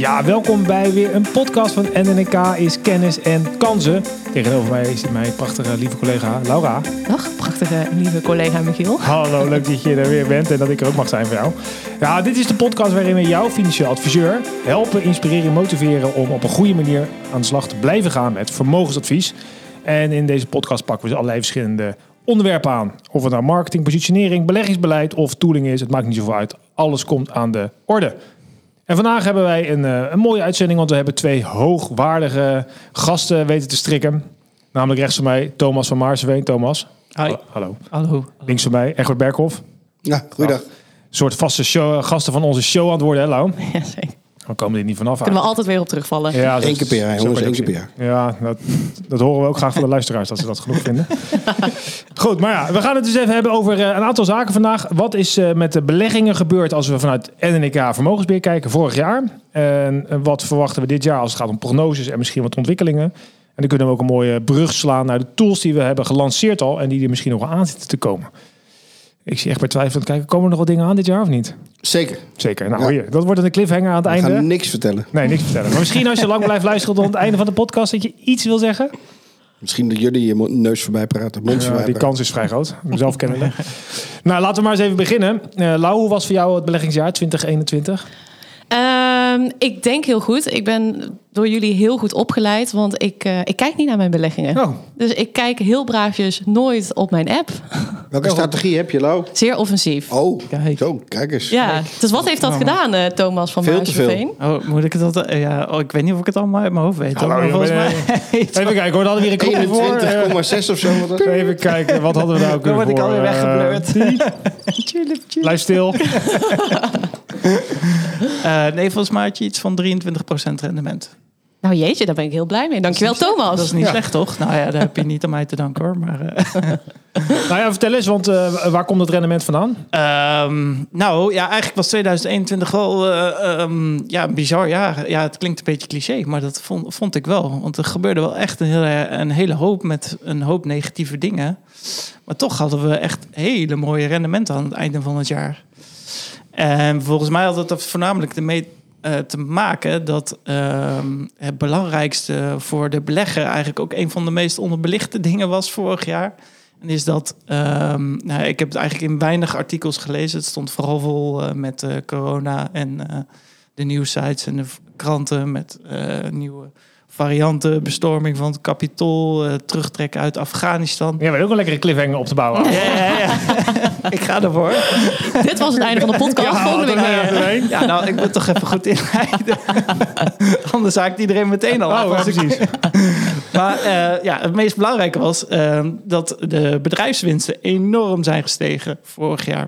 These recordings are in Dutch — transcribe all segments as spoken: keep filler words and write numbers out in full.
Ja, welkom bij weer een podcast van N N K is Kennis en Kansen. Tegenover mij zit mijn prachtige lieve collega Laura. Dag, prachtige lieve collega Michiel. Hallo, leuk dat je er weer bent en dat ik er ook mag zijn voor jou. Ja, dit is de podcast waarin we jou, financieel adviseur, helpen, inspireren en motiveren om op een goede manier aan de slag te blijven gaan met vermogensadvies. En in deze podcast pakken we dus allerlei verschillende onderwerpen aan. Of het nou marketing, positionering, beleggingsbeleid of tooling is, het maakt niet zoveel uit. Alles komt aan de orde. En vandaag hebben wij een, een mooie uitzending, want we hebben twee hoogwaardige gasten weten te strikken. Namelijk rechts van mij Thomas van Maarseveen. Thomas. Hi. Hallo. Hallo. Links van mij Egbert Berkhoff. Ja, goeiedag. Nou, een soort vaste show, gasten van onze show aan het worden, hè Lau? Ja, zeker. Dan komen die niet vanaf. Kunnen we altijd weer op terugvallen. Ja, Eén keer per jaar, jongens, één keer per jaar. Ja, dat, dat horen we ook graag van de luisteraars, dat ze dat genoeg vinden. Goed, maar ja, we gaan het dus even hebben over uh, een aantal zaken vandaag. Wat is uh, met de beleggingen gebeurd als we vanuit N N K Vermogensbeheer kijken vorig jaar? En uh, wat verwachten we dit jaar als het gaat om prognoses en misschien wat ontwikkelingen? En dan kunnen we ook een mooie brug slaan naar de tools die we hebben gelanceerd al en die er misschien nog wel aan zitten te komen. Ik zie echt bij twijfelend kijken, komen er nog wat dingen aan dit jaar of niet? Zeker. Zeker. Nou, Ja. hier, dat wordt een cliffhanger aan het We einde. gaan niks vertellen. Nee, niks vertellen. Maar misschien als je lang blijft luisteren tot het einde van de podcast, dat je iets wil zeggen. Misschien dat jullie je mo- neus voorbij praten, mond Ja, voorbij die praten. kans is vrij groot. Mezelf kennende. Nou, laten we maar eens even beginnen. Uh, Lau, hoe was voor jou het beleggingsjaar twintig eenentwintig? Um, ik denk heel goed. Ik ben door jullie heel goed opgeleid, want ik, uh, ik kijk niet naar mijn beleggingen. Oh. Dus ik kijk heel braafjes nooit op mijn app. Welke strategie heb je, Lau? Zeer offensief. Oh, Kijk. zo, kijk eens. Ja, dus wat heeft dat Oh. gedaan, uh, Thomas van Veel te veel. Maarseveen? Oh, moet ik het altijd... Ja, oh, ik weet niet of ik het allemaal uit mijn hoofd weet. Hallo, hoor, maar joh, volgens ben mij... Even kijken hoor, dan hadden we hier een knopje voor. eenentwintig komma zes of zo. Wat was Uh, even kijken, wat hadden we nou ook Dan weer word ik voor? alweer Uh, weggebleurd. die? Tulip, tulip. Blijf stil. Uh, nee, volgens mij had je iets van drieëntwintig procent rendement. Nou jeetje, daar ben ik heel blij mee. Dankjewel, Thomas. Dat is niet Ja. slecht, toch? Nou ja, daar heb je niet aan mij te danken, hoor. Maar, uh, Nou ja, vertel eens, want uh, waar komt het rendement vandaan? Um, nou, ja, eigenlijk was tweeduizend eenentwintig wel uh, um, ja, bizar. Ja, ja, het klinkt een beetje cliché, maar dat vond, vond ik wel. Want er gebeurde wel echt een hele, een hele hoop met een hoop negatieve dingen. Maar toch hadden we echt hele mooie rendementen aan het einde van het jaar. En volgens mij had het er voornamelijk ermee uh, te maken dat um, het belangrijkste voor de belegger eigenlijk ook een van de meest onderbelichte dingen was vorig jaar. En is dat, um, nou, ik heb het eigenlijk in weinig artikels gelezen. Het stond vooral vol uh, met uh, corona en uh, de nieuwsites en de v- kranten met uh, nieuwe varianten, bestorming van het Capitool, uh, terugtrekken uit Afghanistan. Ja, we hebben ook een lekkere cliffhanger op te bouwen. Ja, ja, ja. Ik ga ervoor. Dit was het einde van de podcast. Volgende week meer. Ja, nou, ik moet toch even goed inleiden. Anders zaakt iedereen meteen al af. Oh, ja, precies. Maar uh, ja, het meest belangrijke was uh, dat de bedrijfswinsten enorm zijn gestegen vorig jaar.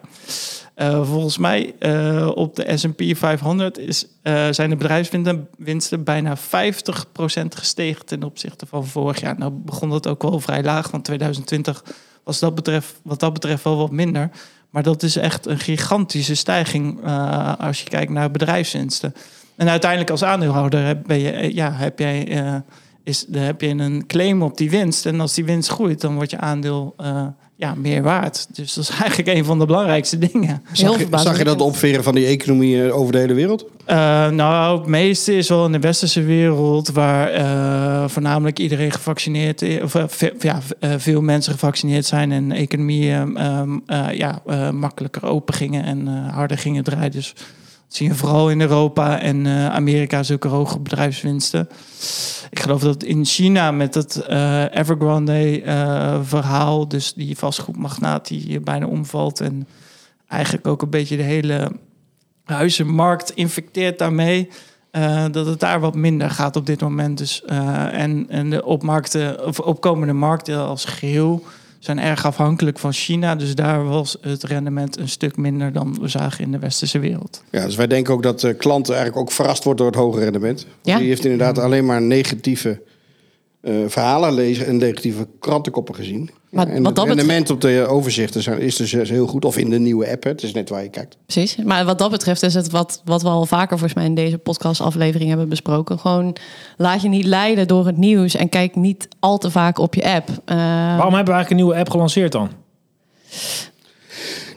Uh, volgens mij uh, op de S en P vijfhonderd is, uh, zijn de bedrijfswinsten bijna vijftig procent gestegen ten opzichte van vorig jaar. Nou begon dat ook wel vrij laag, want tweeduizend twintig was dat betreft, wat dat betreft wel wat minder. Maar dat is echt een gigantische stijging uh, als je kijkt naar bedrijfswinsten. En uiteindelijk als aandeelhouder heb, ben je, ja, heb jij... Uh, Is, dan heb je een claim op die winst. En als die winst groeit, dan wordt je aandeel uh, ja, meer waard. Dus dat is eigenlijk een van de belangrijkste dingen. Zag je, zag je dat opveren van die economie uh, over de hele wereld? Uh, nou, het meeste is wel in de westerse wereld, waar uh, voornamelijk iedereen gevaccineerd is, of uh, ve- ja, uh, veel mensen gevaccineerd zijn en de economie uh, uh, ja, uh, makkelijker open gingen en uh, harder gingen draaien. Dus dat zie je vooral in Europa en uh, Amerika zulke hoge bedrijfswinsten. Ik geloof dat in China met het uh, Evergrande uh, verhaal, dus die vastgoedmagnaat die bijna omvalt en eigenlijk ook een beetje de hele huizenmarkt infecteert daarmee, uh, dat het daar wat minder gaat op dit moment. Dus, uh, en, en de opmarkten, of opkomende markten als geheel zijn erg afhankelijk van China. Dus daar was het rendement een stuk minder dan we zagen in de westerse wereld. Ja, dus wij denken ook dat de klant eigenlijk ook verrast wordt door het hoge rendement. Ja. Die heeft inderdaad alleen maar negatieve uh, verhalen lezen en negatieve krantenkoppen gezien. Maar en wat het dat rendement op de overzichten zijn, is dus heel goed. Of in de nieuwe app, hè. Het is net waar je kijkt. Precies. Maar wat dat betreft is het wat, wat we al vaker volgens mij in deze podcastaflevering hebben besproken. Gewoon laat je niet leiden door het nieuws en kijk niet al te vaak op je app. Uh, Waarom hebben we eigenlijk een nieuwe app gelanceerd dan?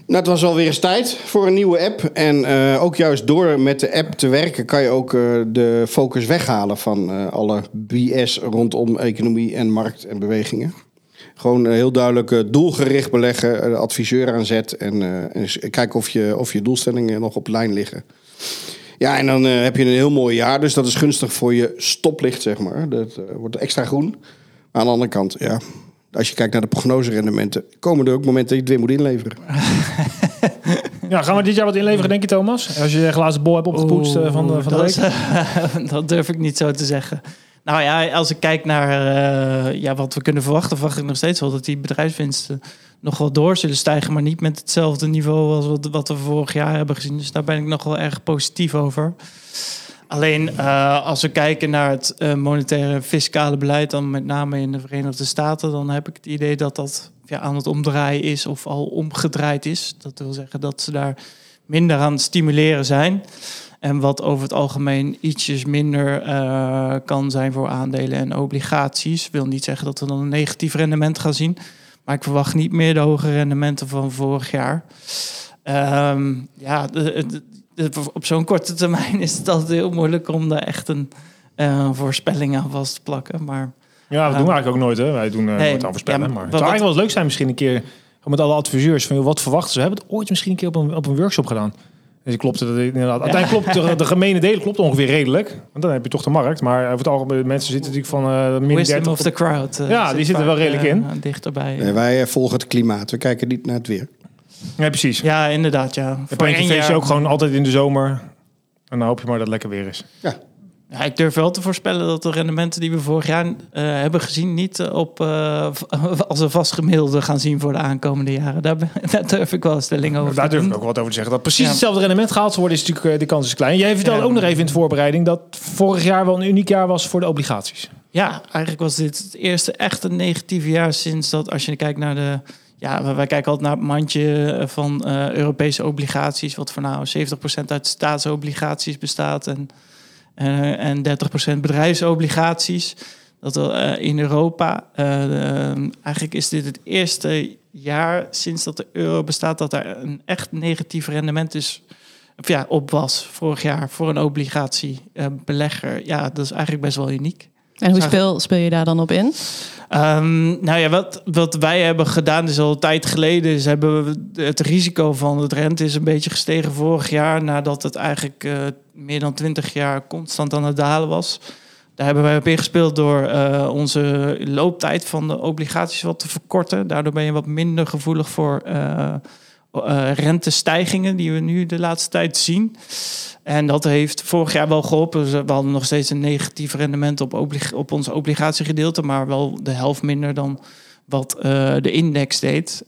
Nou, het was alweer eens tijd voor een nieuwe app. En uh, ook juist door met de app te werken kan je ook uh, de focus weghalen van uh, alle B S rondom economie en markt en bewegingen. Gewoon uh, heel duidelijk uh, doelgericht beleggen, uh, de adviseur aanzet en, uh, en kijken of je, of je doelstellingen nog op lijn liggen. Ja, en dan uh, heb je een heel mooi jaar, dus dat is gunstig voor je stoplicht, zeg maar. Dat uh, wordt extra groen. Maar aan de andere kant, ja, als je kijkt naar de prognoserendementen, komen er ook momenten dat je het weer moet inleveren. Ja, gaan we dit jaar wat inleveren, denk je, Thomas? Als je de glazen bol hebt opgepoetst uh, van de, van de dat, week. is, uh, dat durf ik niet zo te zeggen. Nou ja, als ik kijk naar uh, ja, wat we kunnen verwachten, verwacht ik nog steeds wel dat die bedrijfswinsten nog wel door zullen stijgen, maar niet met hetzelfde niveau als wat, wat we vorig jaar hebben gezien. Dus daar ben ik nog wel erg positief over. Alleen uh, als we kijken naar het uh, monetaire en fiscale beleid, dan met name in de Verenigde Staten, dan heb ik het idee dat dat ja, aan het omdraaien is of al omgedraaid is. Dat wil zeggen dat ze daar minder aan het stimuleren zijn. En wat over het algemeen ietsjes minder uh, kan zijn voor aandelen en obligaties. Ik wil niet zeggen dat we dan een negatief rendement gaan zien. Maar ik verwacht niet meer de hoge rendementen van vorig jaar. Um, ja, de, de, de, op zo'n korte termijn is het altijd heel moeilijk om daar echt een uh, voorspelling aan vast te plakken. Maar, ja, dat uh, doen we eigenlijk ook nooit. Hè? Wij doen uh, nee, nooit aan voorspellen. Ja, maar maar het zou eigenlijk wel eens leuk zijn misschien een keer met alle adviseurs van joh, wat verwachten ze. We hebben het ooit misschien een keer op een, op een workshop gedaan. Dus klopte dat inderdaad. Uiteindelijk klopt de, de gemene delen klopt ongeveer redelijk. Want dan heb je toch de markt. Maar over het algemeen mensen zitten natuurlijk van uh, min wisdom dertig of the crowd. Uh, ja, die zitten wel redelijk in. Uh, dichterbij. Nee, wij volgen het klimaat. We kijken niet naar het weer. Ja, precies. Ja, inderdaad. Ja. Je brengt je feestje ook gewoon altijd in de zomer. En dan hoop je maar dat het lekker weer is. Ja. Ja, ik durf wel te voorspellen dat de rendementen die we vorig jaar uh, hebben gezien niet op uh, als een vast gemiddelde gaan zien voor de aankomende jaren. Daar, daar durf ik wel een stelling over. Daar durf ik ook wat over te zeggen. Dat precies ja. hetzelfde rendement gehaald zal worden, is natuurlijk uh, de kans is klein. Jij vertelde ja. ook nog even in de voorbereiding dat vorig jaar wel een uniek jaar was voor de obligaties. Ja, eigenlijk was dit het eerste echte negatieve jaar sinds dat, als je kijkt naar de. Ja, wij kijken altijd naar het mandje van uh, Europese obligaties, wat voor nou zeventig procent uit staatsobligaties bestaat en Uh, en dertig procent bedrijfsobligaties. Dat uh, in Europa. Uh, uh, eigenlijk is dit het eerste jaar sinds dat de euro bestaat dat er een echt negatief rendement is, of ja, op was vorig jaar voor een obligatiebelegger. Uh, ja, dat is eigenlijk best wel uniek. En hoe speel, speel je daar dan op in? Um, nou ja, wat, wat wij hebben gedaan is al een tijd geleden. Is hebben we het risico van het rente is een beetje gestegen vorig jaar, nadat het eigenlijk uh, meer dan twintig jaar constant aan het dalen was. Daar hebben wij op ingespeeld door uh, onze looptijd van de obligaties wat te verkorten. Daardoor ben je wat minder gevoelig voor uh, uh, rentestijgingen die we nu de laatste tijd zien. En dat heeft vorig jaar wel geholpen. We hadden nog steeds een negatief rendement op, oblig- op ons obligatiegedeelte, maar wel de helft minder dan wat uh, de index deed.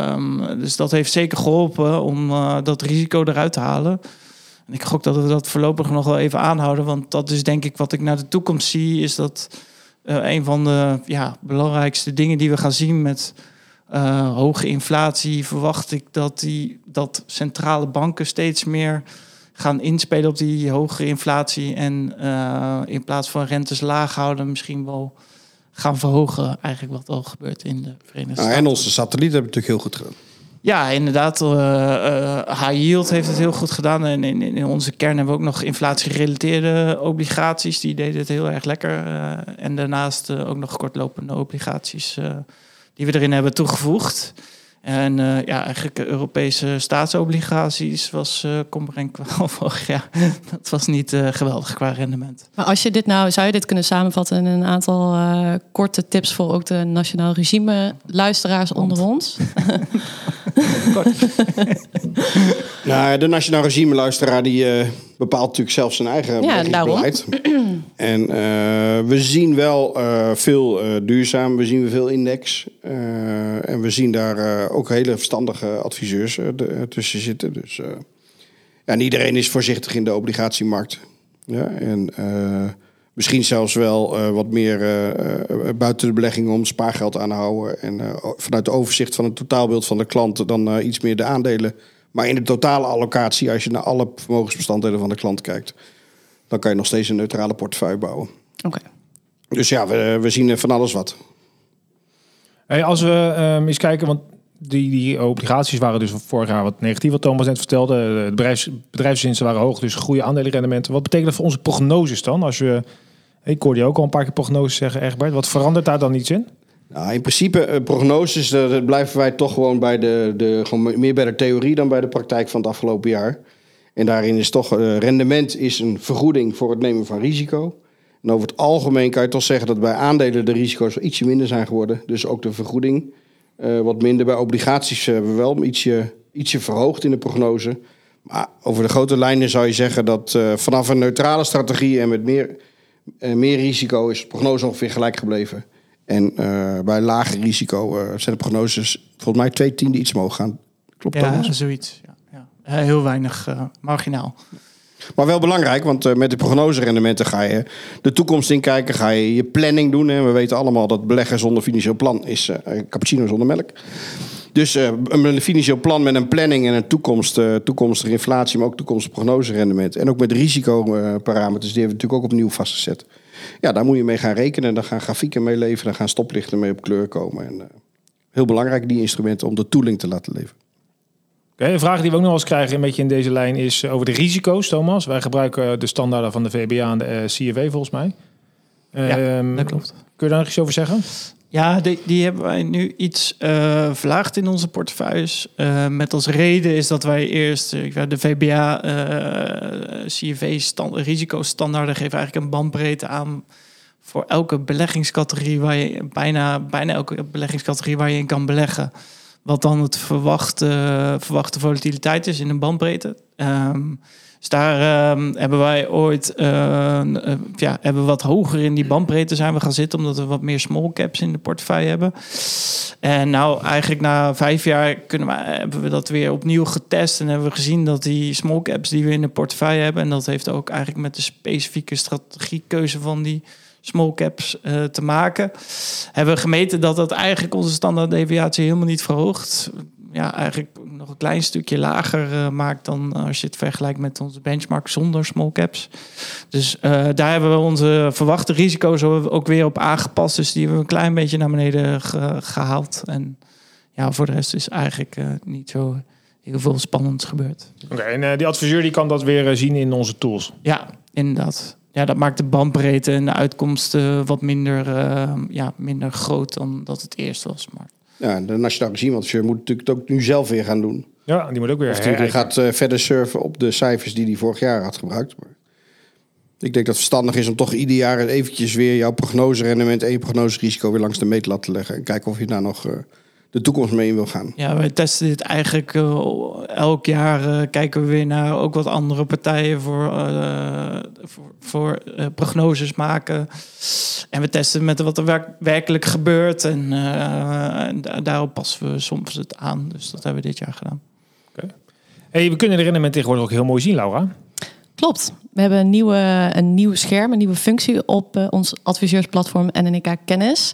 Um, dus dat heeft zeker geholpen om uh, dat risico eruit te halen. En ik gok dat we dat voorlopig nog wel even aanhouden, want dat is denk ik wat ik naar de toekomst zie, is dat uh, een van de ja, belangrijkste dingen die we gaan zien met uh, hoge inflatie, verwacht ik dat, die, dat centrale banken steeds meer gaan inspelen op die hogere inflatie en uh, in plaats van rentes laag houden misschien wel gaan verhogen. Eigenlijk wat al gebeurt in de Verenigde Staten. Nou, en onze satelliet hebben het natuurlijk heel goed gedaan. Ja, inderdaad. Uh, uh, high yield heeft het heel goed gedaan. En in, in onze kern hebben we ook nog inflatiegerelateerde obligaties. Die deden het heel erg lekker. Uh, en daarnaast uh, ook nog kortlopende obligaties uh, die we erin hebben toegevoegd. En uh, ja, eigenlijk Europese staatsobligaties was uh, kom en kwel vorig jaar. Dat was niet uh, geweldig qua rendement. Maar als je dit nou, zou je dit kunnen samenvatten in een aantal uh, korte tips voor ook de nationaal regime luisteraars onder ons? Nou, de nationaal regime luisteraar die uh, bepaalt natuurlijk zelf zijn eigen ja, beleid. En uh, we zien wel uh, veel uh, duurzaam, we zien veel index. Uh, en we zien daar uh, ook hele verstandige adviseurs uh, de, uh, tussen zitten. Dus uh, ja, en iedereen is voorzichtig in de obligatiemarkt. Ja, en uh, misschien zelfs wel uh, wat meer uh, uh, buiten de belegging om spaargeld aan te houden. En uh, vanuit de overzicht van het totaalbeeld van de klant dan uh, iets meer de aandelen. Maar in de totale allocatie, als je naar alle vermogensbestanddelen van de klant kijkt, dan kan je nog steeds een neutrale portefeuille bouwen. Oké. Okay. Dus ja, we, we zien van alles wat. Hey, als we um, eens kijken, want die, die obligaties waren dus vorig jaar wat negatief, wat Thomas net vertelde. De bedrijfs, bedrijfswinsten waren hoog, dus goede aandelenrendementen. Wat betekent dat voor onze prognoses dan? Als we, ik hoorde je ook al een paar keer prognoses zeggen, Egbert. Wat verandert daar dan iets in? Nou, in principe, uh, prognoses, uh, blijven wij toch gewoon bij de, de gewoon meer bij de theorie dan bij de praktijk van het afgelopen jaar. En daarin is toch, uh, rendement is een vergoeding voor het nemen van risico. En over het algemeen kan je toch zeggen dat bij aandelen de risico's wel ietsje minder zijn geworden. Dus ook de vergoeding uh, wat minder. Bij obligaties hebben we wel ietsje, ietsje verhoogd in de prognose. Maar over de grote lijnen zou je zeggen dat uh, vanaf een neutrale strategie en met meer, uh, meer risico is de prognose ongeveer gelijk gebleven. En uh, bij lager risico uh, zijn de prognoses volgens mij twee tiende iets omhoog gaan. Klopt dat? Ja, zoiets. Ja, ja. Heel weinig uh, marginaal. Maar wel belangrijk, want uh, met de prognoserendementen ga je de toekomst in kijken. Ga je je planning doen. Hè. We weten allemaal dat beleggen zonder financieel plan is uh, cappuccino zonder melk. Dus uh, een financieel plan met een planning en een toekomst, uh, toekomstige inflatie, maar ook toekomstige prognoserendement. En ook met risicoparameters, die hebben we natuurlijk ook opnieuw vastgezet. Ja, daar moet je mee gaan rekenen. Daar gaan grafieken mee leveren. Daar gaan stoplichten mee op kleur komen. En, uh, heel belangrijk, die instrumenten, om de tooling te laten leveren. Okay, een vraag die we ook nog eens krijgen een beetje in deze lijn is over de risico's, Thomas. Wij gebruiken de standaarden van de V B A en de uh, C F A volgens mij. Ja, um, dat klopt. Kun je daar nog iets over zeggen? Ja, die, die hebben wij nu iets uh, verlaagd in onze portefeuilles. Uh, met als reden is dat wij eerst uh, de V B A, uh, C F A stand, risicostandaarden geven eigenlijk een bandbreedte aan voor elke beleggingscategorie waar je bijna, bijna elke beleggingscategorie waar je in kan beleggen. Wat dan het verwachte, verwachte volatiliteit is in een bandbreedte. Um, dus daar um, hebben wij ooit uh, uh, ja, hebben we wat hoger in die bandbreedte zijn we gaan zitten, omdat we wat meer small caps in de portefeuille hebben. En nou, eigenlijk na vijf jaar kunnen we, hebben we dat weer opnieuw getest en hebben we gezien dat die small caps die we in de portefeuille hebben, en dat heeft ook eigenlijk met de specifieke strategiekeuze van die small caps uh, te maken, hebben we gemeten dat dat eigenlijk onze standaarddeviatie helemaal niet verhoogt. Ja, eigenlijk nog een klein stukje lager uh, maakt dan als je het vergelijkt met onze benchmark zonder small caps. Dus uh, daar hebben we onze verwachte risico's ook weer op aangepast. Dus die hebben we een klein beetje naar beneden ge- gehaald. En ja, voor de rest is eigenlijk uh, niet zo heel veel spannends gebeurd. Oké, okay, en uh, die adviseur die kan dat weer uh, zien in onze tools? Ja, inderdaad. Ja, dat maakt de bandbreedte en de uitkomsten wat minder, uh, ja, minder groot dan dat het eerst was. Maar ja, de Nationaal Regimeadviseur moet natuurlijk het ook nu zelf weer gaan doen. Ja, die moet ook weer. Of die gaat uh, verder surfen op de cijfers die hij vorig jaar had gebruikt. Maar ik denk dat het verstandig is om toch ieder jaar eventjes weer jouw prognoserendement en je prognoserisico weer langs de meetlat te leggen. En kijken of je daar nog uh, de toekomst mee in wil gaan. Ja, wij testen dit eigenlijk uh, elk jaar. Uh, kijken we weer naar ook wat andere partijen voor, uh, voor, voor uh, prognoses maken. En we testen met wat er werk, werkelijk gebeurt. En, uh, en daarop passen we soms het aan. Dus dat hebben we dit jaar gedaan. Okay. Hey, we kunnen de rendement tegenwoordig ook heel mooi zien, Laura. Klopt. We hebben een nieuwe, een nieuw scherm, een nieuwe functie op uh, ons adviseursplatform N N I K Kennis.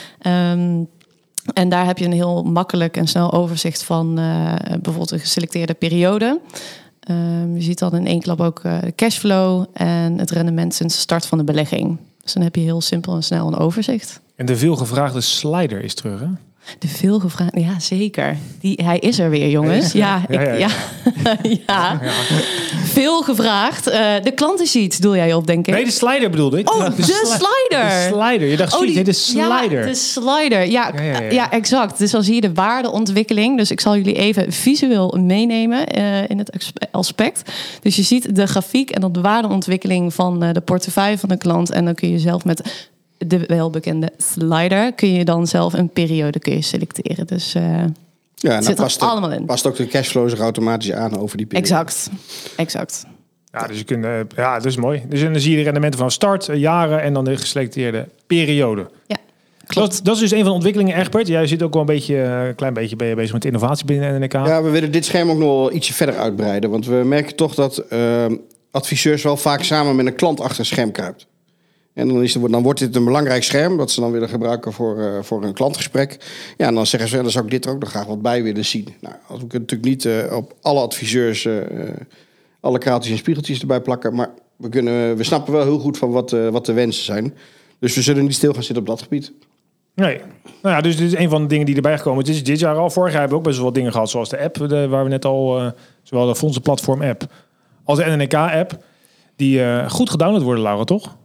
Um, En daar heb je een heel makkelijk en snel overzicht van uh, bijvoorbeeld een geselecteerde periode. Um, je ziet dan in één klap ook uh, de cashflow en het rendement sinds de start van de belegging. Dus dan heb je heel simpel en snel een overzicht. En de veelgevraagde slider is terug, hè? De veelgevraagde, ja zeker. Die, hij is er weer, jongens. Ja, ik, ja, ja, ja. ja. ja. ja. Veel gevraagd. Uh, de klantensheet doe jij op, denk ik. Nee, de slider bedoelde ik. Oh, de, de slider. De slider. Je dacht, oh, die, nee, de slider. Ja, de slider. Ja, ja, ja, ja. ja, exact. Dus dan zie je de waardeontwikkeling. Dus ik zal jullie even visueel meenemen uh, in het aspect. Dus je ziet de grafiek en dan de waardeontwikkeling van uh, de portefeuille van de klant. En dan kun je zelf met de welbekende slider kun je dan zelf een periode kun je selecteren. Dus uh, ja, en zit past er allemaal in. Past ook de cashflow zich automatisch aan over die periode. Exact, exact. Ja, dus je kunt, uh, ja, dat is mooi. Dus dan zie je de rendementen van start, jaren en dan de geselecteerde periode. Ja, klopt. Dat, dat is dus een van de ontwikkelingen, Egbert. Jij zit ook wel een beetje, een klein beetje ben je bezig met innovatie binnen N N I K. Ja, we willen dit scherm ook nog wel ietsje verder uitbreiden. Want we merken toch dat uh, adviseurs wel vaak samen met een klant achter een scherm kruipt. En dan, is het, dan wordt dit een belangrijk scherm dat ze dan willen gebruiken voor, uh, voor een klantgesprek. Ja, en dan zeggen ze, dan zou ik dit er ook nog graag wat bij willen zien. Nou, we kunnen natuurlijk niet uh, op alle adviseurs uh, alle kraaltjes en spiegeltjes erbij plakken. Maar we, kunnen, we snappen wel heel goed van wat, uh, wat de wensen zijn. Dus we zullen niet stil gaan zitten op dat gebied. Nee. Nou ja, dus dit is een van de dingen die erbij gekomen. Het is dit jaar al. Vorig jaar hebben we ook best wel wat dingen gehad, zoals de app, de, waar we net al, uh, zowel de fondsenplatform app als de N N K app, die uh, goed gedownload worden, Laura, toch?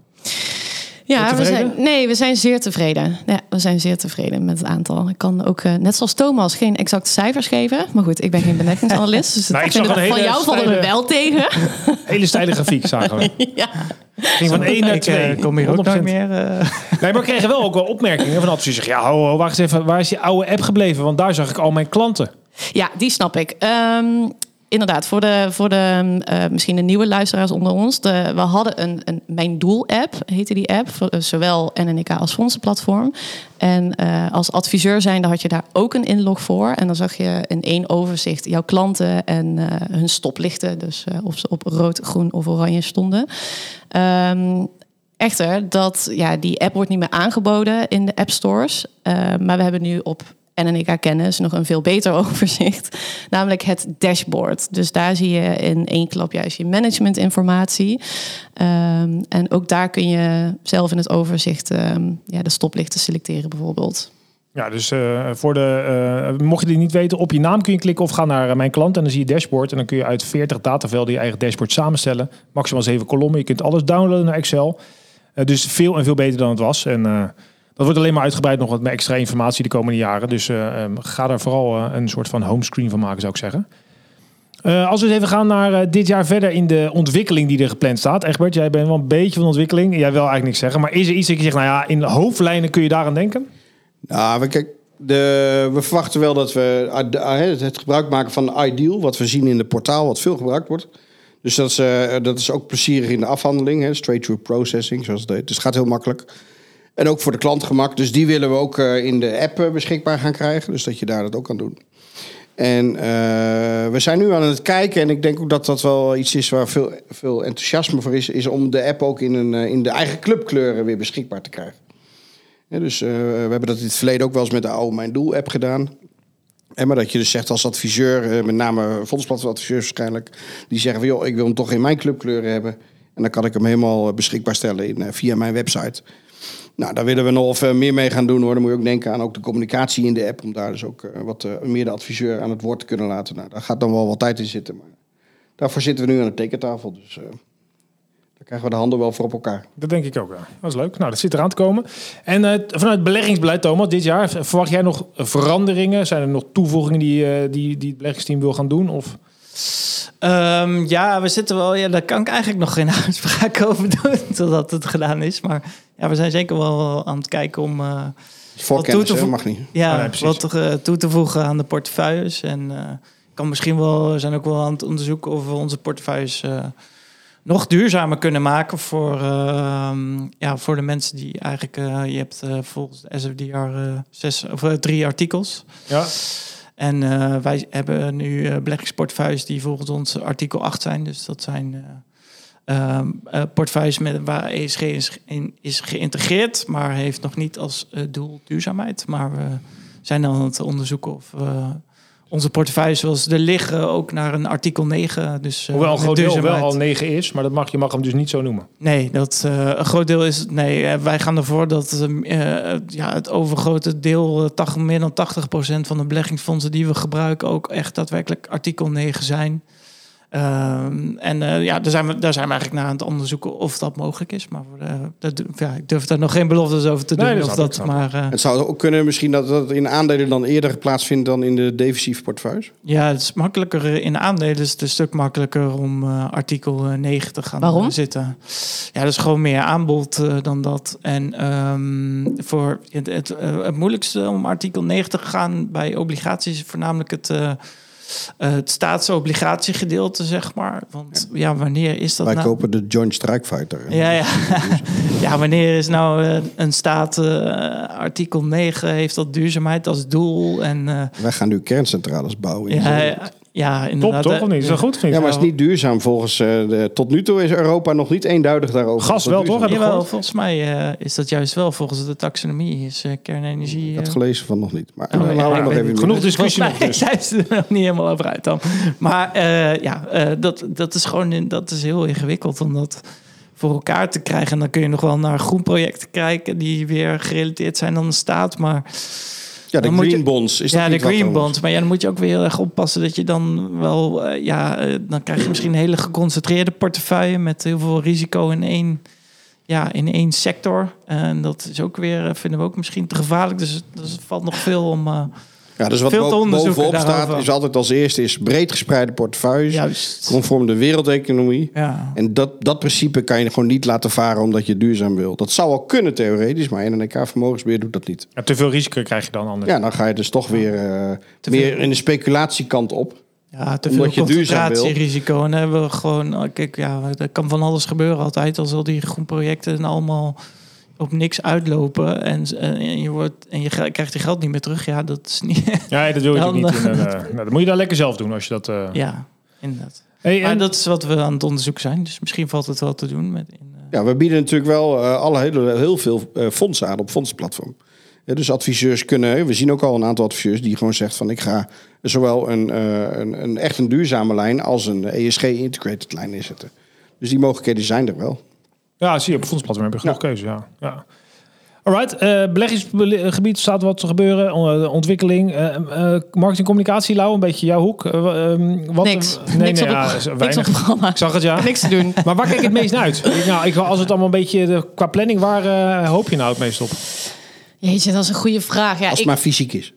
Ja, we zijn, nee, we zijn zeer tevreden. Ja, we zijn zeer tevreden met het aantal. Ik kan ook, uh, net zoals Thomas, geen exacte cijfers geven. Maar goed, ik ben geen belegginganalist. Dus nou, ik zag van een hele jou vallen we wel tegen. Hele steile grafiek zagen we. Ja. Ging van één naar twee. Ik kom hier ook nooit meer. Uh... Nee, maar we kregen wel ook wel opmerkingen van adviseurs. Ja, ho, ho, wacht eens even. Waar is die oude app gebleven? Want daar zag ik al mijn klanten. Ja, die snap ik. Um, Inderdaad, voor de, voor de uh, misschien de nieuwe luisteraars onder ons. De, we hadden een, een Mijn Doel-app, heette die app. Voor, uh, zowel N N K als fondsenplatform. En uh, als adviseur zijnde had je daar ook een inlog voor. En dan zag je in één overzicht jouw klanten en uh, hun stoplichten. Dus uh, of ze op rood, groen of oranje stonden. Um, echter, dat, ja, die app wordt niet meer aangeboden in de app stores. Uh, maar we hebben nu op N N K Kennis nog een veel beter overzicht. Namelijk het dashboard. Dus daar zie je in één klap juist je managementinformatie. Um, en ook daar kun je zelf in het overzicht um, ja, de stoplichten selecteren bijvoorbeeld. Ja, dus uh, voor de, uh, mocht je die niet weten, op je naam kun je klikken of ga naar uh, mijn klant en dan zie je dashboard. En dan kun je uit veertig datavelden je eigen dashboard samenstellen. Maximaal zeven kolommen. Je kunt alles downloaden naar Excel. Uh, dus veel en veel beter dan het was. En uh, dat wordt alleen maar uitgebreid nog wat met extra informatie de komende jaren. Dus uh, um, ga daar vooral uh, een soort van homescreen van maken, zou ik zeggen. Uh, als we eens even gaan naar uh, dit jaar verder in de ontwikkeling die er gepland staat. Egbert, jij bent wel een beetje van de ontwikkeling. Jij wil eigenlijk niks zeggen. Maar is er iets dat je zegt, nou ja, in hoofdlijnen kun je daaraan denken? Nou, we, kijk, de, we verwachten wel dat we uh, het gebruik maken van Ideal, wat we zien in het portaal, wat veel gebruikt wordt. Dus dat is, uh, dat is ook plezierig in de afhandeling. Hè, straight-through processing, zoals het heet. Dus het gaat heel makkelijk. En ook voor de klantgemak. Dus die willen we ook uh, in de app uh, beschikbaar gaan krijgen. Dus dat je daar dat ook kan doen. En uh, we zijn nu aan het kijken. En ik denk ook dat dat wel iets is waar veel, veel enthousiasme voor is. Is om de app ook in, een, uh, in de eigen clubkleuren weer beschikbaar te krijgen. Ja, dus uh, we hebben dat in het verleden ook wel eens met de oude Mijn Doel app gedaan. En maar dat je dus zegt als adviseur, uh, met name fondsplatformadviseurs waarschijnlijk. Die zeggen van joh, ik wil hem toch in mijn clubkleuren hebben. En dan kan ik hem helemaal beschikbaar stellen in, uh, via mijn website. Nou, daar willen we nog even meer mee gaan doen hoor. Dan moet je ook denken aan ook de communicatie in de app. Om daar dus ook uh, wat uh, meer de adviseur aan het woord te kunnen laten. Nou, daar gaat dan wel wat tijd in zitten. Maar daarvoor zitten we nu aan de tekentafel. Dus uh, daar krijgen we de handen wel voor op elkaar. Dat denk ik ook, ja. Dat is leuk. Nou, dat zit eraan te komen. En uh, vanuit het beleggingsbeleid, Thomas, dit jaar, verwacht jij nog veranderingen? Zijn er nog toevoegingen die, uh, die, die het beleggingsteam wil gaan doen? Of... Um, ja, we zitten wel. Ja, daar kan ik eigenlijk nog geen uitspraak over doen totdat het gedaan is. Maar ja, we zijn zeker wel aan het kijken om. Uh, Voorkennis, vo- mag niet. Ja, oh, nee, wat uh, toe te voegen aan de portefeuilles. En uh, kan misschien wel. We zijn ook wel aan het onderzoeken of we onze portefeuilles uh, nog duurzamer kunnen maken voor, uh, ja, voor de mensen die eigenlijk. Uh, je hebt uh, volgens de S F D R uh, zes of uh, drie artikels. Ja. En uh, wij hebben nu uh, beleggingsportefeuilles die volgens ons artikel acht zijn. Dus dat zijn uh, uh, uh, portefeuilles met, waar E S G is, in, is geïntegreerd, maar heeft nog niet als uh, doel duurzaamheid. Maar we zijn dan aan het onderzoeken of uh, onze portefeuilles zoals er liggen ook naar een artikel negen. Dus, uh, Hoewel een groot deel wel al negen is, maar dat mag, je mag hem dus niet zo noemen. Nee, dat, uh, een groot deel is... Nee, wij gaan ervoor dat uh, ja, het overgrote deel, uh, tachtig, meer dan tachtig procent van de beleggingsfondsen die we gebruiken ook echt daadwerkelijk artikel negen zijn. Um, en uh, ja, daar zijn, we, daar zijn we eigenlijk naar aan het onderzoeken of dat mogelijk is. Maar uh, dat, ja, ik durf daar nog geen beloftes over te doen. Nee, dat of dat, maar, uh, het zou ook kunnen misschien dat dat in aandelen dan eerder plaatsvindt dan in de defensieve portefeuilles. Ja, het is makkelijker in aandelen. Is het een stuk makkelijker om uh, artikel negen te gaan Waarom? zitten. Ja, dat is gewoon meer aanbod uh, dan dat. En um, voor het, het, uh, het moeilijkste om artikel negen te gaan bij obligaties is voornamelijk het... Uh, Uh, het staatsobligatiegedeelte, zeg maar. Want ja, wanneer is dat Wij nou? kopen de Joint Strike Fighter. Ja, ja. ja, wanneer is nou uh, een staat... Uh, artikel negen heeft dat duurzaamheid als doel. En, uh, Wij gaan nu kerncentrales bouwen. In ja, ja, ja, inderdaad. Top, toch? Of niet? Is dat goed? Ja, maar het is niet duurzaam volgens... Uh, de, tot nu toe is Europa nog niet eenduidig daarover. Gas wel, toch? Heb ik Jawel, gehoord? volgens mij uh, is dat juist wel. Volgens de taxonomie is uh, kernenergie... Uh... Ik had gelezen van nog niet. Maar Oh, dan ja, houden we ja, nog even genoeg meer. discussie nog dus. Zijn ze er nog niet helemaal over uit dan. Maar uh, ja, uh, dat, dat is gewoon dat is heel ingewikkeld. Omdat voor elkaar te krijgen. En dan kun je nog wel naar groenprojecten kijken die weer gerelateerd zijn aan de staat. Maar ja, de dan green moet je, bonds. Is ja, dat de niet wat green dan? bonds. Maar ja, dan moet je ook weer heel erg oppassen dat je dan wel... Uh, ja, uh, dan krijg je misschien een hele geconcentreerde portefeuille met heel veel risico in één, ja, in één sector. En dat is ook weer, vinden we ook misschien te gevaarlijk. Dus, dus er valt nog veel om... Uh, Ja, dus wat veel te bo- onderzoeken bovenop staat daarover. is altijd als eerste is breed gespreide portefeuilles. Juist. Conform de wereldeconomie. Ja. En dat, dat principe kan je gewoon niet laten varen omdat je duurzaam wil. Dat zou wel kunnen theoretisch, maar N N K Vermogensbeheer doet dat niet. Ja, te veel risico krijg je dan anders. Ja, dan ga je dus toch weer uh, meer in de speculatiekant op. Ja, te Omdat veel je duurzaam wil. concentratierisico. En dan hebben we gewoon... Kijk, ja, er kan van alles gebeuren altijd. Als al die groenprojecten allemaal op niks uitlopen en, en, je, wordt, en je krijgt je geld niet meer terug. Ja, dat is niet... Ja, dat wil je Dan, ook niet. In een, uh, nou, dat moet je dan lekker zelf doen als je dat... Uh... Ja, inderdaad. Hey, maar en... dat is wat we aan het onderzoeken zijn. Dus misschien valt het wel te doen. Met in, uh... Ja, we bieden natuurlijk wel uh, alle hele, heel veel uh, fondsen aan op fondsplatform. Ja, dus adviseurs kunnen... We zien ook al een aantal adviseurs die gewoon zegt van... ik ga zowel een, uh, een, een echt een duurzame lijn als een E S G-integrated lijn inzetten. Dus die mogelijkheden zijn er wel. Ja, zie je, op het fondsplatform heb je genoeg Ja. keuze. Ja. Ja. Alright, uh, beleggingsgebied staat wat te gebeuren. Uh, ontwikkeling, uh, uh, marketing, communicatie, Lau, een beetje jouw hoek. Uh, um, wat, Niks. Nee, niks, nee, op ja, het, is niks weinig. op het programma. Ik zag het, ja. Niks te doen. Maar waar kijk je het meest naar uit? Ik, nou, ik, als het allemaal een beetje de, qua planning, waar uh, hoop je nou het meest op? Jeetje, dat is een goede vraag. Ja, Als het ik, maar fysiek is.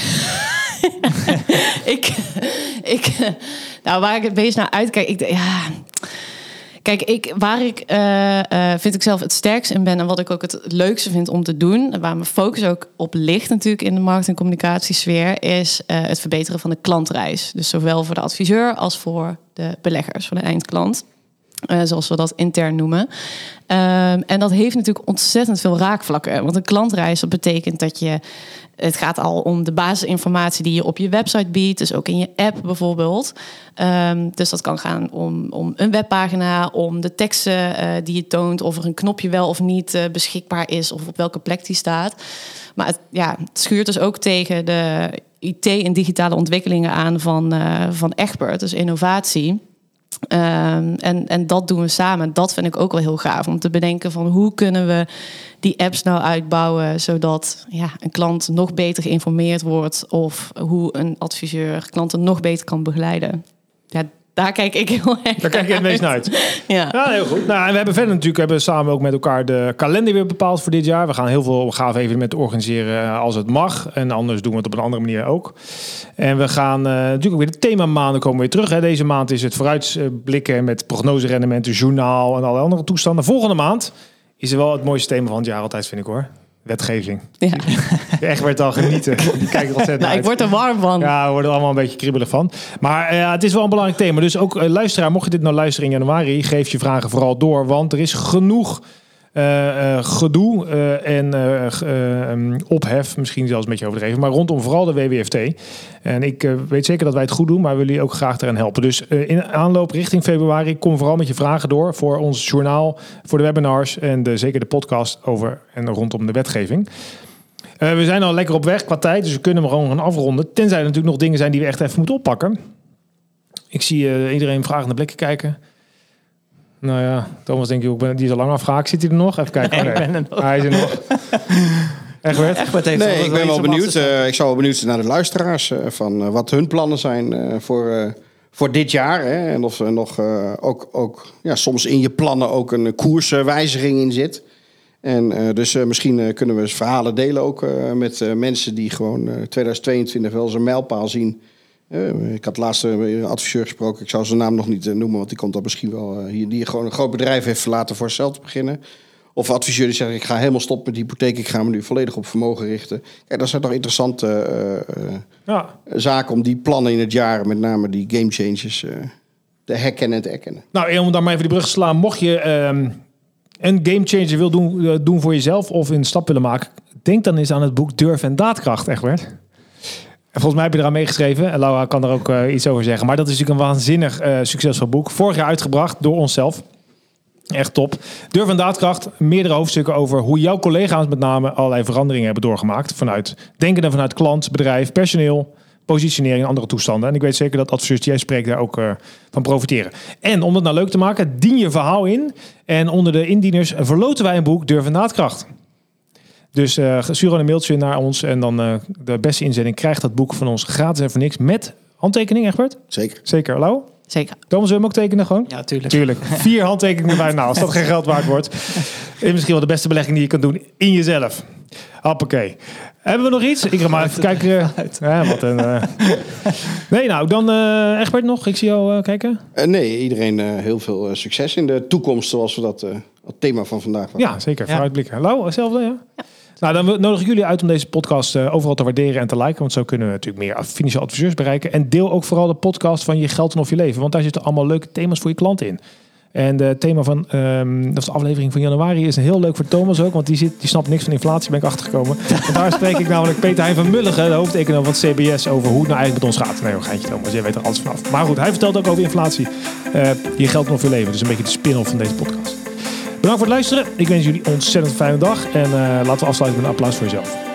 ik, ik, nou, waar ik het meest naar uitkijk, ik, ja, kijk, ik, waar ik uh, uh, vind ik zelf het sterkst in ben en wat ik ook het leukste vind om te doen, waar mijn focus ook op ligt natuurlijk in de markt- en communicatiesfeer, is uh, het verbeteren van de klantreis. Dus zowel voor de adviseur als voor de beleggers, voor de eindklant. Uh, zoals we dat intern noemen. Um, en dat heeft natuurlijk ontzettend veel raakvlakken. Want een klantreis, dat betekent dat je... Het gaat al om de basisinformatie die je op je website biedt. Dus ook in je app bijvoorbeeld. Um, dus dat kan gaan om, om een webpagina, om de teksten uh, die je toont, of er een knopje wel of niet uh, beschikbaar is, of op welke plek die staat. Maar het, ja, het schuurt dus ook tegen de I T en digitale ontwikkelingen aan van, uh, van Egbert, dus innovatie. Um, en, en dat doen we samen. Dat vind ik ook wel heel gaaf. Om te bedenken van hoe kunnen we die apps nou uitbouwen, zodat ja, een klant nog beter geïnformeerd wordt. Of hoe een adviseur klanten nog beter kan begeleiden. Ja, daar kijk ik heel erg Daar kijk je het meest naar uit. Ja. Ja, heel goed. Nou, en we hebben verder natuurlijk hebben we samen ook met elkaar de kalender weer bepaald voor dit jaar. We gaan heel veel gave evenementen organiseren als het mag. En anders doen we het op een andere manier ook. En we gaan uh, natuurlijk ook weer de themamaanden komen weer terug. Hè. Deze maand is het vooruitblikken met prognoserendementen, journaal en alle andere toestanden. Volgende maand is er wel het mooiste thema van het jaar altijd, vind ik hoor. Wetgeving. Ja. Echt werd al genieten. Die kijken er ontzettend Nou, uit. ik word er warm van. Ja, we worden er allemaal een beetje kriebelig van. Maar uh, het is wel een belangrijk thema. Dus ook uh, luisteraar, mocht je dit nou luisteren in januari, geef je vragen vooral door. Want er is genoeg uh, uh, gedoe uh, en uh, uh, ophef, misschien zelfs een beetje overdreven, maar rondom vooral de W W F T. En ik uh, weet zeker dat wij het goed doen, maar we willen je ook graag eraan helpen. Dus uh, in aanloop richting februari, kom vooral met je vragen door voor ons journaal, voor de webinars en de, zeker de podcast over en rondom de wetgeving. Uh, we zijn al lekker op weg qua tijd, dus we kunnen hem gewoon gaan afronden. Tenzij er natuurlijk nog dingen zijn die we echt even moeten oppakken. Ik zie uh, iedereen vragende blikken kijken. Nou ja, Thomas denk ik ook, die is al lang afgehaakt. Zit hij er nog? Even kijken. Nee, okay. ik ben er nog. Hij is er nog. Egbert? Egbert heeft Nee, wel ik ben iets wel om af te benieuwd. zeggen. Uh, ik zou wel benieuwd zijn naar de luisteraars. Uh, van uh, wat hun plannen zijn uh, voor, uh, voor dit jaar. Hè? En of er nog uh, ook, ook ja, soms in je plannen ook een koerswijziging in zit. En uh, dus uh, misschien uh, kunnen we eens verhalen delen ook uh, met uh, mensen die gewoon uh, tweeduizend tweeëntwintig wel eens een mijlpaal zien. Uh, ik had laatst een adviseur gesproken. Ik zou zijn naam nog niet uh, noemen, want die komt dan misschien wel uh, hier, die gewoon een groot bedrijf heeft verlaten voor zichzelf te beginnen. Of een adviseur die zegt, ik ga helemaal stoppen met die hypotheek, ik ga me nu volledig op vermogen richten. Kijk, dat zijn toch interessante uh, uh, Ja. zaken om die plannen in het jaar, met name die game changes, uh, te herkennen en te erkennen. Nou, om dan maar even die brug te slaan. Mocht je um, een gamechanger wil doen, uh, doen voor jezelf of een stap willen maken, denk dan eens aan het boek Durf en Daadkracht, Egbert. En volgens mij heb je eraan meegeschreven. En Laura kan er ook uh, iets over zeggen. Maar dat is natuurlijk een waanzinnig uh, succesvol boek. Vorig jaar uitgebracht door onszelf. Echt top. Durf en Daadkracht. Meerdere hoofdstukken over hoe jouw collega's met name allerlei veranderingen hebben doorgemaakt. Vanuit denken en vanuit klant, bedrijf, personeel, positionering en andere toestanden. En ik weet zeker dat adviseurs die jij spreekt daar ook uh, van profiteren. En om het nou leuk te maken, dien je verhaal in. En onder de indieners verloten wij een boek Durf en Daadkracht. Dus uh, stuur een mailtje naar ons en dan uh, de beste inzending krijgt dat boek van ons gratis en voor niks. Met handtekening, Egbert? Zeker. Zeker. Lau? Zeker. Thomas, wil je hem ook tekenen gewoon? Ja, tuurlijk. Tuurlijk. Vier handtekeningen erbij. Nou, als dat geen geld waard wordt. Is misschien wel de beste belegging die je kan doen in jezelf. Hoppakee. Hebben we nog iets? Ik ga maar even kijken. Ja, wat een, uh... Nee, nou, dan uh, Egbert nog. Ik zie jou uh, kijken. Uh, nee, iedereen uh, heel veel uh, succes in de toekomst, zoals we dat uh, het thema van vandaag waren. Ja, zeker. Ja. Vooruitblikken. Lau, hetzelfde, ja? Ja. Nou, dan nodig ik jullie uit om deze podcast uh, overal te waarderen en te liken. Want zo kunnen we natuurlijk meer financiële adviseurs bereiken. En deel ook vooral de podcast van Je Geld en Of Je Leven. Want daar zitten allemaal leuke thema's voor je klanten in. En het thema van um, dat is de aflevering van januari is heel leuk voor Thomas ook. Want die, zit, die snapt niks van inflatie, ben ik achtergekomen. En daar spreek ik namelijk Peter Hein van Mulligen, de hoofdeconoom van het C B S, over hoe het nou eigenlijk met ons gaat. Nee, een geintje Thomas, jij weet er alles vanaf. Maar goed, hij vertelt ook over inflatie. Uh, Je Geld en Of Je Leven. Dus een beetje de spin-off van deze podcast. Bedankt voor het luisteren. Ik wens jullie een ontzettend fijne dag. En uh, laten we afsluiten met een applaus voor jezelf.